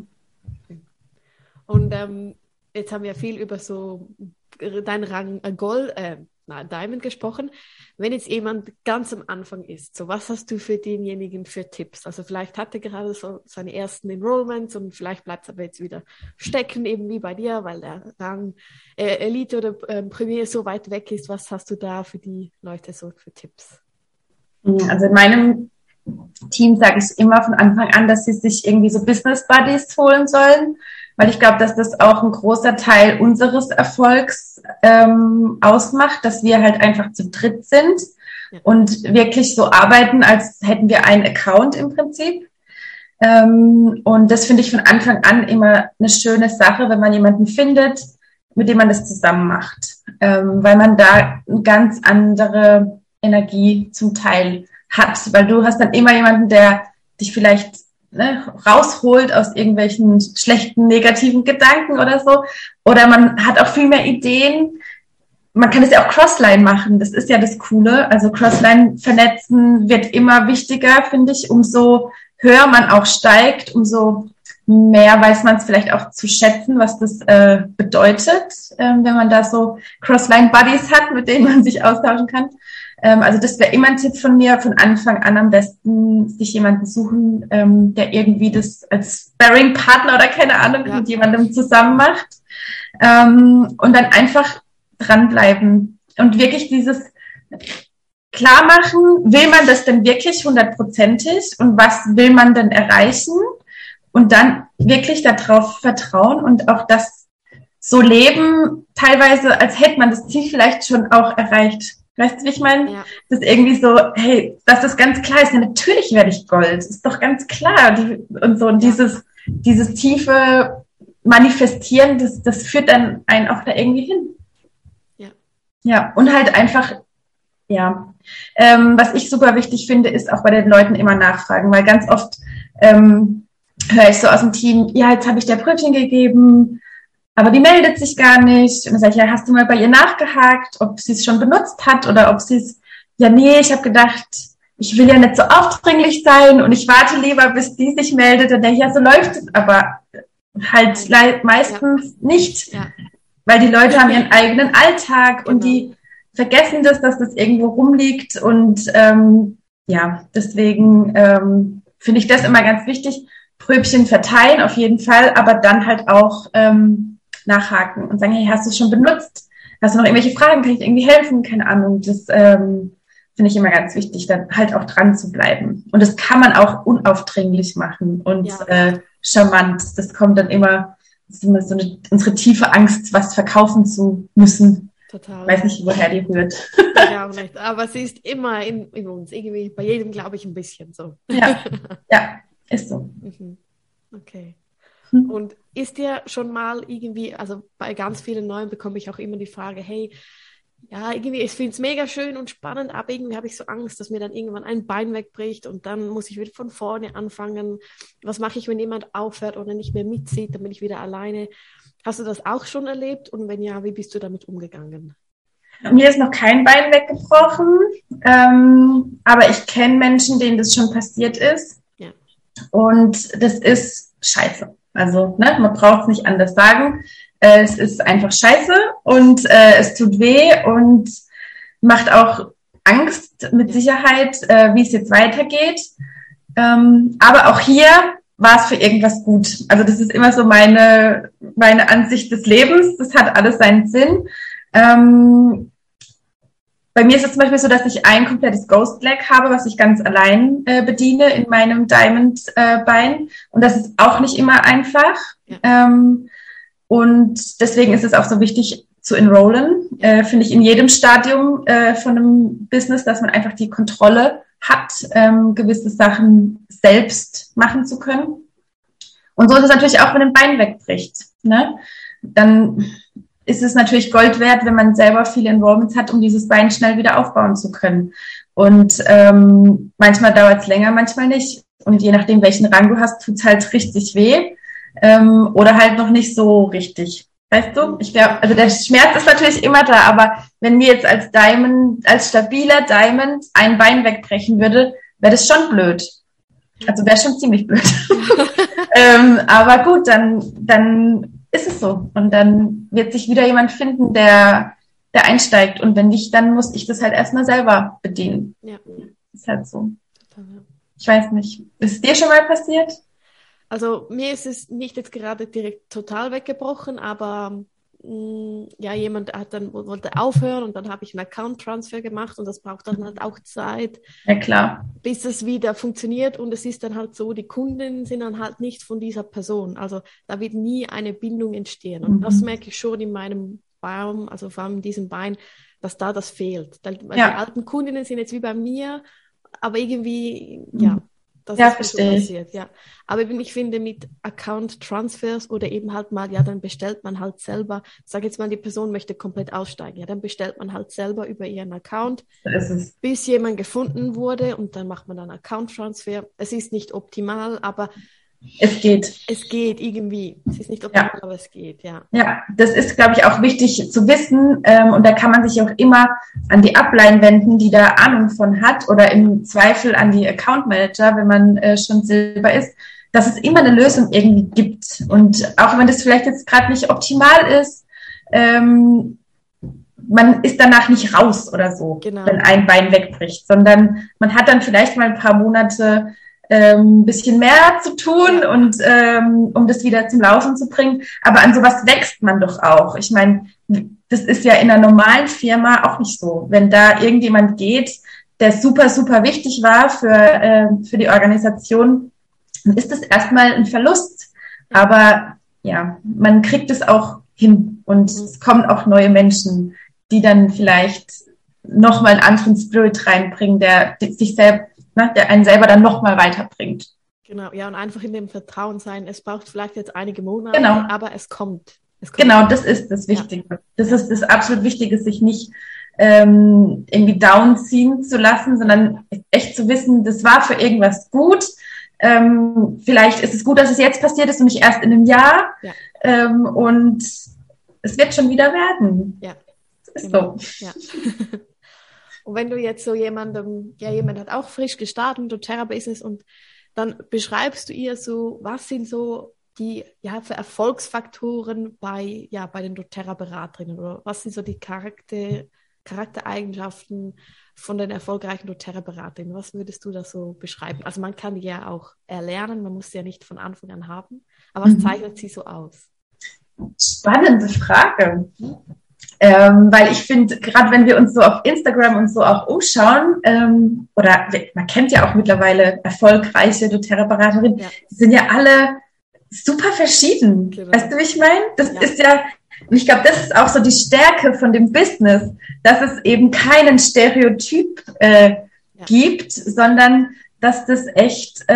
A: Und jetzt haben wir viel über so deinen Rang Diamond gesprochen. Wenn jetzt jemand ganz am Anfang ist, so was hast du für denjenigen für Tipps? Also vielleicht hat er gerade so seine ersten Enrollments und vielleicht bleibt es aber jetzt wieder stecken, eben wie bei dir, weil der Rang Elite oder Premier so weit weg ist. Was hast du da für die Leute so für Tipps?
B: Also in meinem Team sage ich immer von Anfang an, dass sie sich irgendwie so Business Buddies holen sollen, weil ich glaube, dass das auch ein großer Teil unseres Erfolgs ausmacht, dass wir halt einfach zu dritt sind und wirklich so arbeiten, als hätten wir einen Account im Prinzip. Und das finde ich von Anfang an immer eine schöne Sache, wenn man jemanden findet, mit dem man das zusammen macht, weil man da eine ganz andere Energie zum Teil hat, weil du hast dann immer jemanden, der dich vielleicht rausholt aus irgendwelchen schlechten, negativen Gedanken oder so. Oder man hat auch viel mehr Ideen. Man kann es ja auch Crossline machen. Das ist ja das Coole. Also Crossline vernetzen wird immer wichtiger, finde ich. Umso höher man auch steigt, umso mehr weiß man es vielleicht auch zu schätzen, was das bedeutet, wenn man da so Crossline-Buddies hat, mit denen man sich austauschen kann. Also das wäre immer ein Tipp von mir, von Anfang an am besten sich jemanden suchen, der irgendwie das als Sparring-Partner oder keine Ahnung mit jemandem zusammen macht. Und dann einfach dranbleiben und wirklich dieses klar machen, will man das denn wirklich 100%ig und was will man denn erreichen? Und dann wirklich darauf vertrauen und auch das so leben, teilweise als hätte man das Ziel vielleicht schon auch erreicht. Weißt du, wie ich meine? Ja. Das ist irgendwie so, hey, dass das ganz klar ist, ja, natürlich werde ich Gold, ist doch ganz klar. Und so, und dieses tiefe Manifestieren, das führt dann einen auch da irgendwie hin. Ja. Ja, und halt einfach, ja. Was ich super wichtig finde, ist auch bei den Leuten immer nachfragen, weil ganz oft höre ich so aus dem Team, ja, jetzt habe ich der Brötchen gegeben, aber die meldet sich gar nicht. Und dann sage ich, ja, hast du mal bei ihr nachgehakt, ob sie es schon benutzt hat oder ob sie es, ja, nee, ich habe gedacht, ich will ja nicht so aufdringlich sein und ich warte lieber, bis die sich meldet. Und denke ich, ja, so läuft es aber halt meistens nicht, weil die Leute haben ihren eigenen Alltag und die vergessen das, dass das irgendwo rumliegt. Und deswegen finde ich das immer ganz wichtig. Pröbchen verteilen auf jeden Fall, aber dann halt auch nachhaken und sagen, hey, hast du es schon benutzt? Hast du noch irgendwelche Fragen? Kann ich dir irgendwie helfen? Keine Ahnung. Das finde ich immer ganz wichtig, dann halt auch dran zu bleiben. Und das kann man auch unaufdringlich machen und charmant. Das kommt dann immer, das ist immer so unsere tiefe Angst, was verkaufen zu müssen. Total. Weiß nicht, woher die rührt.
A: Ja, auch nicht. Aber sie ist immer in uns. Irgendwie bei jedem, glaube ich, ein bisschen so.
B: Ja, ist so.
A: Okay. Und ist dir schon mal irgendwie, also bei ganz vielen Neuen bekomme ich auch immer die Frage, hey, ja, irgendwie, ich finde es mega schön und spannend, aber irgendwie habe ich so Angst, dass mir dann irgendwann ein Bein wegbricht und dann muss ich wieder von vorne anfangen. Was mache ich, wenn jemand aufhört oder nicht mehr mitzieht, dann bin ich wieder alleine. Hast du das auch schon erlebt? Und wenn ja, wie bist du damit umgegangen?
B: Mir ist noch kein Bein weggebrochen, aber ich kenne Menschen, denen das schon passiert ist. Ja. Und das ist scheiße. Also, man braucht es nicht anders sagen. Es ist einfach scheiße und es tut weh und macht auch Angst mit Sicherheit, wie es jetzt weitergeht. Aber auch hier war es für irgendwas gut. Also das ist immer so meine Ansicht des Lebens. Das hat alles seinen Sinn. Bei mir ist es zum Beispiel so, dass ich ein komplettes Ghost Leg habe, was ich ganz allein bediene in meinem Diamond-Bein. Und das ist auch nicht immer einfach. Ja. Und deswegen ist es auch so wichtig zu enrollen, finde ich, in jedem Stadium von einem Business, dass man einfach die Kontrolle hat, gewisse Sachen selbst machen zu können. Und so ist es natürlich auch, wenn ein Bein wegbricht. Ne? Dann ist es natürlich Gold wert, wenn man selber viele Enrollments hat, um dieses Bein schnell wieder aufbauen zu können. Und manchmal dauert es länger, manchmal nicht. Und je nachdem, welchen Rang du hast, tut's halt richtig weh. Oder halt noch nicht so richtig. Weißt du? Ich glaube, also der Schmerz ist natürlich immer da, aber wenn mir jetzt als Diamond, als stabiler Diamond ein Bein wegbrechen würde, wäre das schon blöd. Also wäre schon ziemlich blöd. Aber gut, dann ist es so. Und dann wird sich wieder jemand finden, der der einsteigt. Und wenn nicht, dann muss ich das halt erstmal selber bedienen.
A: Ja.
B: Ist halt so.
A: Total, ja.
B: Ich weiß nicht. Ist es dir schon mal passiert?
A: Also mir ist es nicht jetzt gerade direkt total weggebrochen, aber ja, jemand wollte aufhören und dann habe ich einen Account-Transfer gemacht und das braucht dann halt auch Zeit,
B: Ja, klar.
A: bis es wieder funktioniert und es ist dann halt so, die Kunden sind dann halt nicht von dieser Person, also da wird nie eine Bindung entstehen und das merke ich schon in meinem Baum, also vor allem in diesem Bein, dass da das fehlt. Weil die alten Kundinnen sind jetzt wie bei mir, aber irgendwie, ja, das ist mir so passiert, ja. Aber ich finde, mit Account-Transfers oder eben halt mal, ja, dann bestellt man halt selber, sag jetzt mal, die Person möchte komplett aussteigen, ja, dann bestellt man halt selber über ihren Account, bis jemand gefunden wurde und dann macht man dann Account-Transfer. Es ist nicht optimal, aber
B: es geht.
A: Es geht irgendwie. Es ist nicht optimal, aber es geht, ja.
B: Ja, das ist, glaube ich, auch wichtig zu wissen. Und da kann man sich auch immer an die Upline wenden, die da Ahnung von hat oder im Zweifel an die Account Manager, wenn man schon Silber ist, dass es immer eine Lösung irgendwie gibt. Und auch wenn das vielleicht jetzt gerade nicht optimal ist, man ist danach nicht raus oder so, wenn ein Bein wegbricht, sondern man hat dann vielleicht mal ein paar Monate ein bisschen mehr zu tun und um das wieder zum Laufen zu bringen. Aber an sowas wächst man doch auch. Ich meine, das ist ja in einer normalen Firma auch nicht so. Wenn da irgendjemand geht, der super, super wichtig war für die Organisation, dann ist das erstmal ein Verlust. Aber ja, man kriegt es auch hin und es kommen auch neue Menschen, die dann vielleicht nochmal einen anderen Spirit reinbringen, der sich selbst der einen selber dann nochmal weiterbringt.
A: Genau, ja, und einfach in dem Vertrauen sein. Es braucht vielleicht jetzt einige Monate, aber es kommt.
B: Genau, das ist das Wichtige. Ja. Das ist das absolut Wichtige, sich nicht irgendwie downziehen zu lassen, sondern echt zu wissen, das war für irgendwas gut. Vielleicht ist es gut, dass es jetzt passiert ist und nicht erst in einem Jahr. Ja. Und es wird schon wieder werden.
A: Ja,
B: das ist so.
A: Ja. Und wenn du jetzt so jemand hat auch frisch gestartet, doTERRA-Business und dann beschreibst du ihr so, was sind so die für Erfolgsfaktoren bei den doTERRA-Beraterinnen oder was sind so die Charaktereigenschaften von den erfolgreichen doTERRA-Beraterinnen? Was würdest du da so beschreiben? Also man kann die ja auch erlernen, man muss sie ja nicht von Anfang an haben, aber was zeichnet sie so aus?
B: Spannende Frage. Weil ich finde, gerade wenn wir uns so auf Instagram und so auch umschauen, oder man kennt ja auch mittlerweile erfolgreiche doTERRA-Beraterinnen, die sind ja alle super verschieden. Genau. Weißt du, wie ich meine? Das ist ja, und ich glaube, das ist auch so die Stärke von dem Business, dass es eben keinen Stereotyp gibt, sondern dass das echt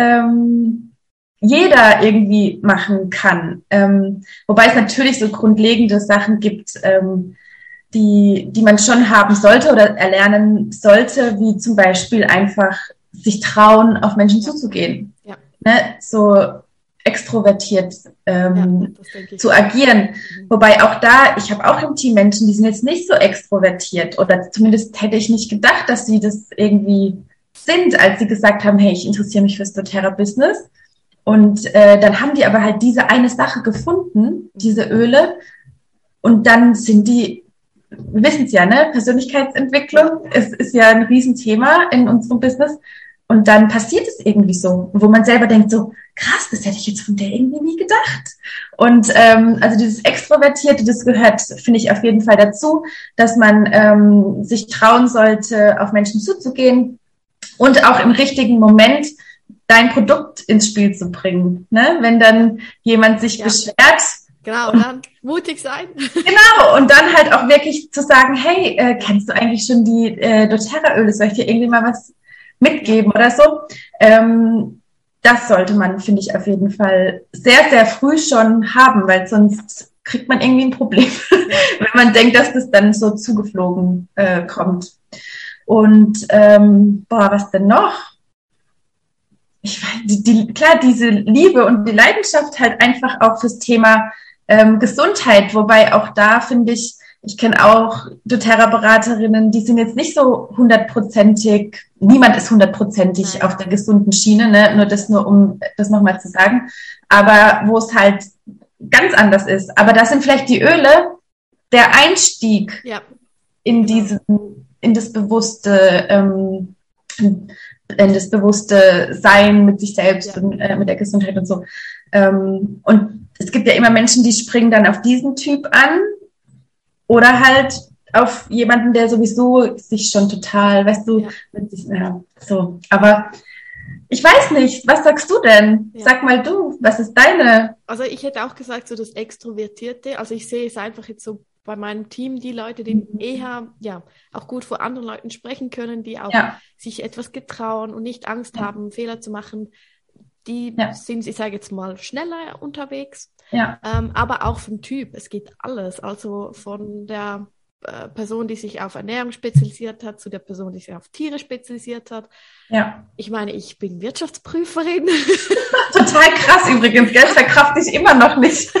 B: jeder irgendwie machen kann. Wobei es natürlich so grundlegende Sachen gibt, die man schon haben sollte oder erlernen sollte, wie zum Beispiel einfach sich trauen, auf Menschen zuzugehen. Ja. Ne? So extrovertiert zu agieren. Wobei auch da, ich habe auch im Team Menschen, die sind jetzt nicht so extrovertiert oder zumindest hätte ich nicht gedacht, dass sie das irgendwie sind, als sie gesagt haben, hey, ich interessiere mich fürs doTERRA-Business. Und dann haben die aber halt diese eine Sache gefunden, diese Öle, und dann sind die, wir wissen es ja, ne? Persönlichkeitsentwicklung ist ja ein Riesenthema in unserem Business. Und dann passiert es irgendwie so, wo man selber denkt so, krass, das hätte ich jetzt von der irgendwie nie gedacht. Und also dieses Extrovertierte, das gehört, finde ich, auf jeden Fall dazu, dass man sich trauen sollte, auf Menschen zuzugehen und auch im richtigen Moment dein Produkt ins Spiel zu bringen. Ne? Wenn dann jemand sich beschwert.
A: Genau, und dann mutig sein.
B: Genau, und dann halt auch wirklich zu sagen, hey, kennst du eigentlich schon die doTERRA-Öle? Soll ich dir irgendwie mal was mitgeben oder so? Das sollte man, finde ich, auf jeden Fall sehr, sehr früh schon haben, weil sonst kriegt man irgendwie ein Problem, wenn man denkt, dass das dann so zugeflogen kommt. Und was denn noch? Ich weiß, klar, diese Liebe und die Leidenschaft halt einfach auch fürs Thema Gesundheit, wobei auch da finde ich kenne auch doTERRA-Beraterinnen, die sind jetzt nicht so 100%ig, niemand ist 100%ig auf der gesunden Schiene, ne? Nur um das nochmal zu sagen, aber wo es halt ganz anders ist. Aber das sind vielleicht die Öle, der Einstieg in das bewusste Sein mit sich selbst und mit der Gesundheit und so. Und es gibt ja immer Menschen, die springen dann auf diesen Typ an oder halt auf jemanden, der sowieso sich schon total, weißt du, mit sich, so. Aber ich weiß nicht, was sagst du denn? Ja. Sag mal du, was ist deine?
A: Also ich hätte auch gesagt, so das Extrovertierte. Also ich sehe es einfach jetzt so bei meinem Team, die Leute, die eher auch gut vor anderen Leuten sprechen können, die auch sich etwas getrauen und nicht Angst haben, Fehler zu machen. Die sind, ich sage jetzt mal, schneller unterwegs. Ja. Aber auch vom Typ. Es geht alles. Also von der Person, die sich auf Ernährung spezialisiert hat, zu der Person, die sich auf Tiere spezialisiert hat. Ja. Ich meine, ich bin Wirtschaftsprüferin.
B: Total krass übrigens, gell? Verkrafte ich immer noch nicht.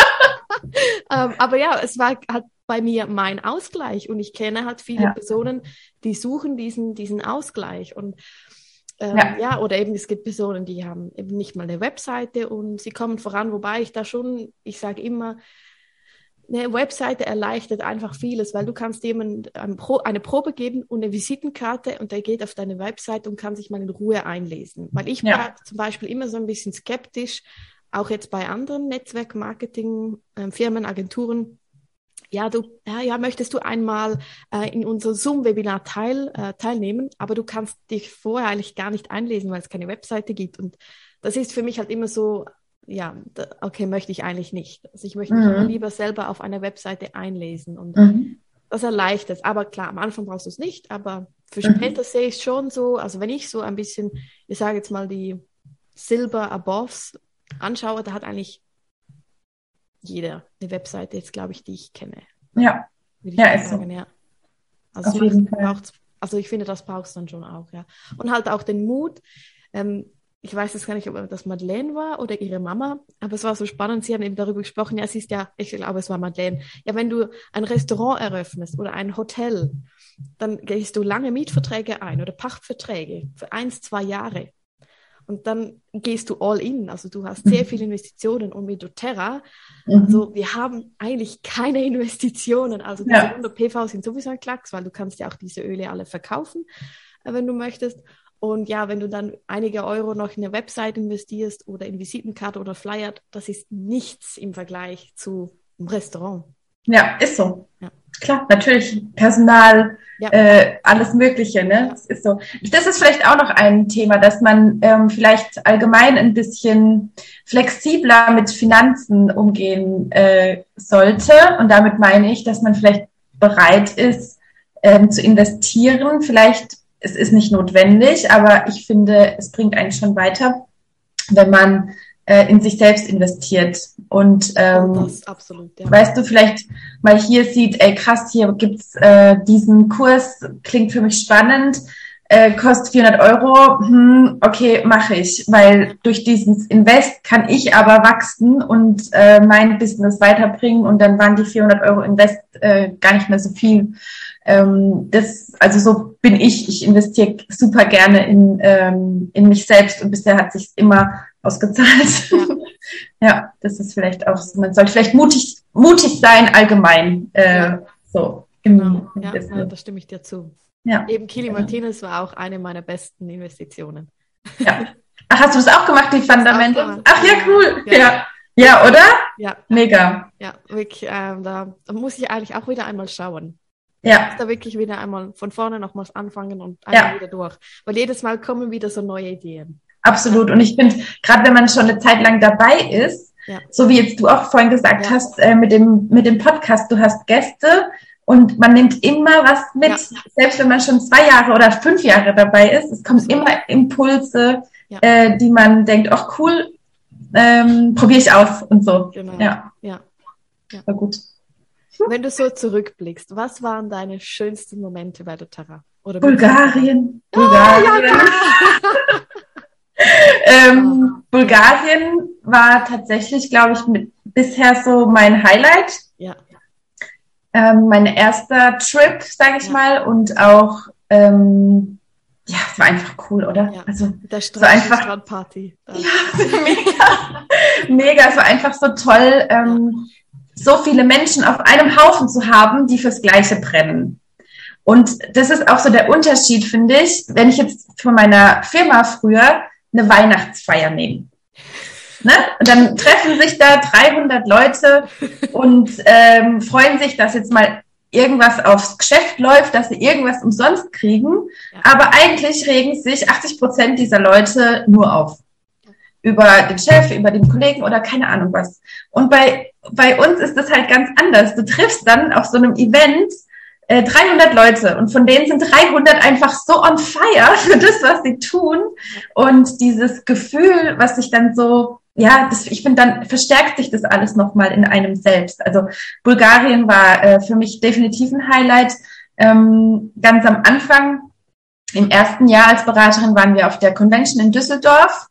A: Aber ja, es war halt bei mir mein Ausgleich und ich kenne halt viele Personen, die suchen diesen Ausgleich und oder eben es gibt Personen, die haben eben nicht mal eine Webseite und sie kommen voran, wobei ich sage immer, eine Webseite erleichtert einfach vieles, weil du kannst jemandem eine Probe geben und eine Visitenkarte und der geht auf deine Webseite und kann sich mal in Ruhe einlesen. Weil ich war zum Beispiel immer so ein bisschen skeptisch, auch jetzt bei anderen Netzwerk-Marketing-Firmen, Agenturen. Möchtest du einmal in unser Zoom-Webinar teilnehmen, aber du kannst dich vorher eigentlich gar nicht einlesen, weil es keine Webseite gibt. Und das ist für mich halt immer so, möchte ich eigentlich nicht. Also ich möchte mich immer lieber selber auf einer Webseite einlesen und das erleichtert es. Aber klar, am Anfang brauchst du es nicht, aber für später sehe ich es schon so, also wenn ich so ein bisschen, ich sage jetzt mal die Silver Aboves anschaue, da hat eigentlich jeder eine Webseite jetzt, glaube ich, die ich kenne.
B: Ja,
A: ist sagen, so. Ja. Also auf jeden Fall. Ich finde, das brauchst du dann schon auch, ja. Und halt auch den Mut, ich weiß jetzt gar nicht, ob das Madeleine war oder ihre Mama, aber es war so spannend, sie haben eben darüber gesprochen, ich glaube, es war Madeleine, wenn du ein Restaurant eröffnest oder ein Hotel, dann gehst du lange Mietverträge ein oder Pachtverträge für 1-2 Jahre und dann gehst du all in, also du hast sehr viele Investitionen und mit doTERRA, also wir haben eigentlich keine Investitionen, also diese 100 PV sind sowieso ein Klacks, weil du kannst ja auch diese Öle alle verkaufen, wenn du möchtest. Und ja, wenn du dann einige Euro noch in eine Website investierst oder in Visitenkarte oder Flyer, das ist nichts im Vergleich zu einem Restaurant.
B: Ja, ist so. Ja. Klar, natürlich. Personal, alles Mögliche, ne? Ja. Das ist so. Das ist vielleicht auch noch ein Thema, dass man vielleicht allgemein ein bisschen flexibler mit Finanzen umgehen sollte. Und damit meine ich, dass man vielleicht bereit ist, zu investieren, vielleicht. Es ist nicht notwendig, aber ich finde, es bringt einen schon weiter, wenn man in sich selbst investiert. Und
A: das absolut,
B: weißt du, vielleicht mal hier sieht, krass, hier gibt's diesen Kurs, klingt für mich spannend, kostet 400 €, okay, mache ich, weil durch dieses Invest kann ich aber wachsen und mein Business weiterbringen und dann waren die 400 € Invest gar nicht mehr so viel. Also so bin ich investiere super gerne in mich selbst und bisher hat sich immer ausgezahlt. Ja, das ist vielleicht auch so. Man sollte vielleicht mutig sein allgemein. So
A: im Business. Da stimme ich dir zu. Ja. Eben Kili Martinez war auch eine meiner besten Investitionen.
B: Ja. Ach, hast du das auch gemacht, die Fundamente? Ach ja, cool. Ja, oder?
A: Ja.
B: Mega.
A: Ja, wirklich, da muss ich eigentlich auch wieder einmal schauen.
B: Ja.
A: Da wirklich wieder einmal von vorne nochmals anfangen und einmal wieder durch. Weil jedes Mal kommen wieder so neue Ideen.
B: Absolut. Und ich finde, gerade wenn man schon eine Zeit lang dabei ist, so wie jetzt du auch vorhin gesagt hast, mit dem Podcast, du hast Gäste und man nimmt immer was mit. Selbst wenn man schon 2 Jahre oder 5 Jahre dabei ist, es kommen immer Impulse, die man denkt, ach cool, probiere ich aus und so.
A: Genau.
B: Ja. War gut.
A: Wenn du so zurückblickst, was waren deine schönsten Momente bei doTERRA? Oder
B: Bulgarien. Bulgarien war tatsächlich, glaube ich, bisher so mein Highlight.
A: Ja.
B: Mein erster Trip, sage ich mal, und auch, es war einfach cool, oder?
A: Ja.
B: Also
A: der Strandparty.
B: Ja, mega, es war einfach so toll, so viele Menschen auf einem Haufen zu haben, die fürs Gleiche brennen. Und das ist auch so der Unterschied, finde ich, wenn ich jetzt von meiner Firma früher eine Weihnachtsfeier nehme. Ne? Und dann treffen sich da 300 Leute und freuen sich, dass jetzt mal irgendwas aufs Geschäft läuft, dass sie irgendwas umsonst kriegen. Ja. Aber eigentlich regen sich 80% dieser Leute nur auf. Über den Chef, über den Kollegen oder keine Ahnung was. Und bei uns ist das halt ganz anders. Du triffst dann auf so einem Event 300 Leute und von denen sind 300 einfach so on fire für das, was sie tun. Und dieses Gefühl, was sich dann so, ja, ich finde, dann verstärkt sich das alles nochmal in einem selbst. Also Bulgarien war für mich definitiv ein Highlight. Ganz am Anfang, im ersten Jahr als Beraterin, waren wir auf der Convention in Düsseldorf.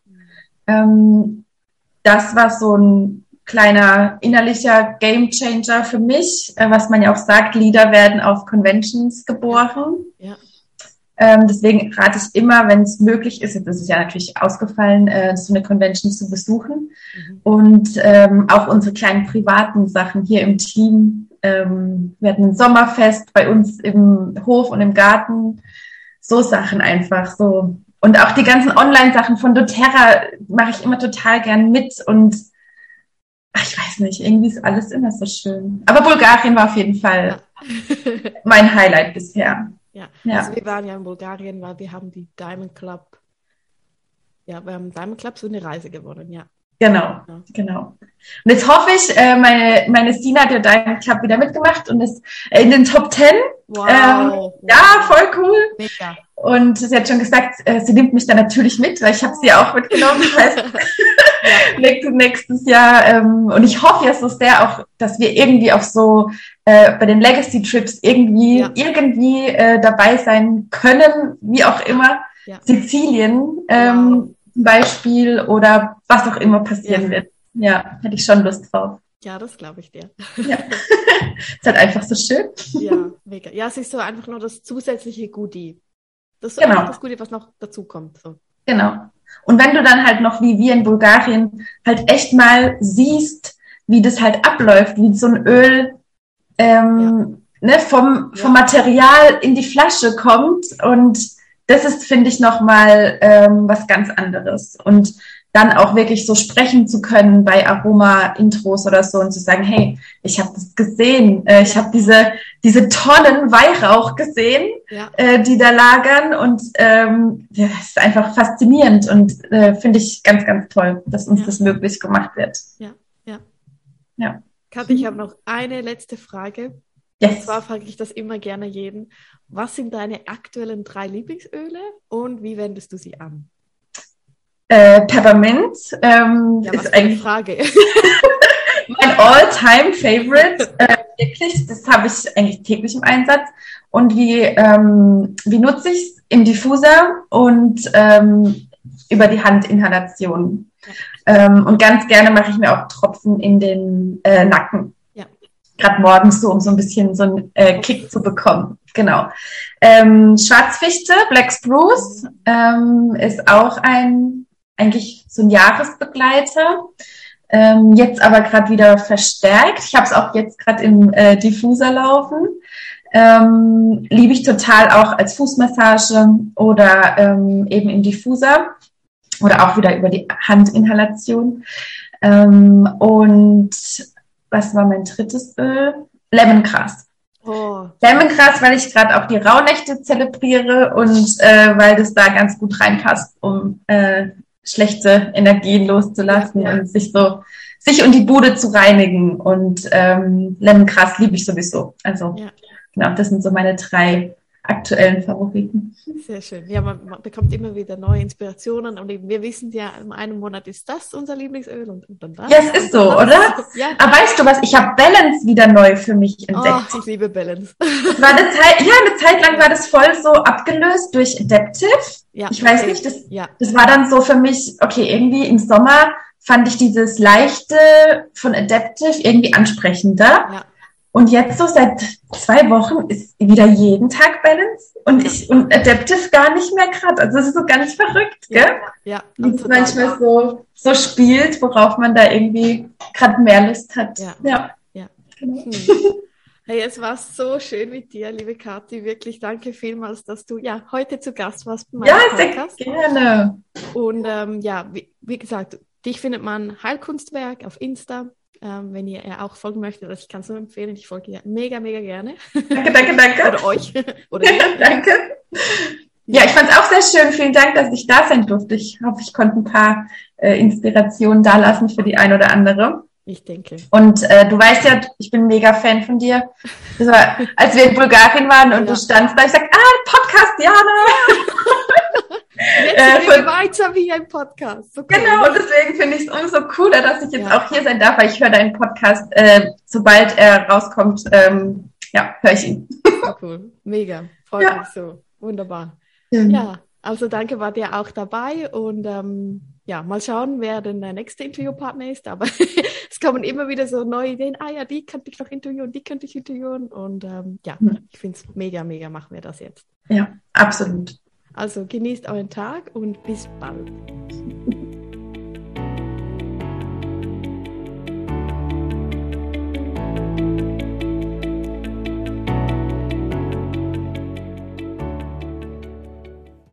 B: Das war so ein kleiner innerlicher Gamechanger für mich, was man ja auch sagt, Leader werden auf Conventions geboren. Ja. Deswegen rate ich immer, wenn es möglich ist, jetzt ist es ja natürlich ausgefallen, so eine Convention zu besuchen. Und auch unsere kleinen privaten Sachen hier im Team. Wir hatten ein Sommerfest bei uns im Hof und im Garten. So Sachen einfach so. Und auch die ganzen Online-Sachen von doTERRA mache ich immer total gern mit. Und ich weiß nicht, irgendwie ist alles immer so schön. Aber Bulgarien war auf jeden Fall mein Highlight bisher.
A: Ja, also wir waren ja in Bulgarien, weil wir haben die Diamond Club, wir haben Diamond Club so eine Reise gewonnen, ja.
B: Genau. Und jetzt hoffe ich, meine Sina hat der Diamond Club wieder mitgemacht und ist in den Top 10.
A: Wow.
B: Ja, voll cool.
A: Mega.
B: Und sie hat schon gesagt, sie nimmt mich da natürlich mit, weil ich habe sie auch mitgenommen. Das heißt, nächstes Jahr. Und ich hoffe ja so sehr auch, dass wir irgendwie auch so bei den Legacy-Trips irgendwie dabei sein können, wie auch immer. Ja. Sizilien zum Beispiel oder was auch immer passieren wird. Ja, hätte ich schon Lust drauf.
A: Ja, das glaube ich dir.
B: Ja. Ist halt einfach so schön.
A: Ja, mega. Ja, es ist so einfach nur das zusätzliche Goodie. Das ist so das Goodie, was noch dazu kommt. So.
B: Genau. Und wenn du dann halt noch, wie wir in Bulgarien, halt echt mal siehst, wie das halt abläuft, wie so ein Öl vom Material in die Flasche kommt. Und das ist, finde ich, nochmal was ganz anderes. Und dann auch wirklich so sprechen zu können bei Aroma-Intros oder so und zu sagen, hey, ich habe das gesehen, ich habe diese Tonnen Weihrauch gesehen, die da lagern und das ist einfach faszinierend und finde ich ganz, ganz toll, dass uns das möglich gemacht wird.
A: Ja. Kathi, ich habe noch eine letzte Frage. Yes. Und zwar frage ich das immer gerne jeden. Was sind deine aktuellen 3 Lieblingsöle und wie wendest du sie an?
B: Peppermint ist eigentlich
A: eine Frage.
B: mein All-Time-Favorite. Wirklich, das habe ich eigentlich täglich im Einsatz. Und wie nutze ich es? Im Diffuser und über die Handinhalation. Und ganz gerne mache ich mir auch Tropfen in den Nacken. Ja. Gerade morgens so, um so ein bisschen so einen Kick zu bekommen. Genau. Schwarzfichte, Black Spruce, ist auch eigentlich so ein Jahresbegleiter. Jetzt aber gerade wieder verstärkt. Ich habe es auch jetzt gerade im Diffuser laufen. Liebe ich total auch als Fußmassage oder eben im Diffuser oder auch wieder über die Handinhalation. Und was war mein drittes Öl? Lemongrass. Oh. Lemongrass, weil ich gerade auch die Rauhnächte zelebriere und weil das da ganz gut reinpasst, um schlechte Energien loszulassen und sich und die Bude zu reinigen. Und Lemongrass liebe ich sowieso. Also genau, das sind so meine 3 aktuellen Favoriten.
A: Sehr schön. Ja, man bekommt immer wieder neue Inspirationen und eben, wir wissen ja, in einem Monat ist das unser Lieblingsöl und dann das.
B: Ja, es ist so, oder? Ja. Aber weißt du was, ich habe Balance wieder neu für mich entdeckt.
A: Oh, ich liebe Balance.
B: War eine Zeit lang war das voll so abgelöst durch Adaptive. Ja, ich weiß nicht, das war dann so für mich, okay, irgendwie im Sommer fand ich dieses Leichte von Adaptive irgendwie ansprechender. Ja. Und jetzt so seit 2 Wochen ist wieder jeden Tag Balance und Adaptive gar nicht mehr gerade. Also das ist so ganz verrückt, gell? Ja. Wie es manchmal so spielt, worauf man da irgendwie gerade mehr Lust hat.
A: Ja. Genau. Hey, es war so schön mit dir, liebe Kathi. Wirklich danke vielmals, dass du ja heute zu Gast warst bei meinem Podcast.
B: Sehr gerne.
A: Und ja, wie gesagt, dich findet man Heilkunstwerk auf Insta. Wenn ihr auch folgen möchtet, ich kann es nur empfehlen, ich folge dir mega, mega gerne.
B: Danke.
A: Oder euch. Oder
B: danke. Ja, ich fand es auch sehr schön. Vielen Dank, dass ich da sein durfte. Ich hoffe, ich konnte ein paar Inspirationen dalassen für die ein oder andere.
A: Ich denke.
B: Und du weißt ja, ich bin mega Fan von dir. Das war, als wir in Bulgarien waren und du standst da, ich sag, Podcast, Jana!
A: Jetzt sind wir weiter wie ein Podcast. So cool.
B: Genau, und deswegen finde ich es umso cooler, dass ich jetzt auch hier sein darf, weil ich höre deinen Podcast, sobald er rauskommt, höre ich ihn.
A: So cool, mega, freut mich so, wunderbar. Ja, also danke, war dir auch dabei und mal schauen, wer denn der nächste Interviewpartner ist, aber es kommen immer wieder so neue Ideen, die könnte ich noch interviewen, die könnte ich interviewen und ich finde es mega, mega, machen wir das jetzt.
B: Ja, absolut.
A: Also genießt euren Tag und bis bald.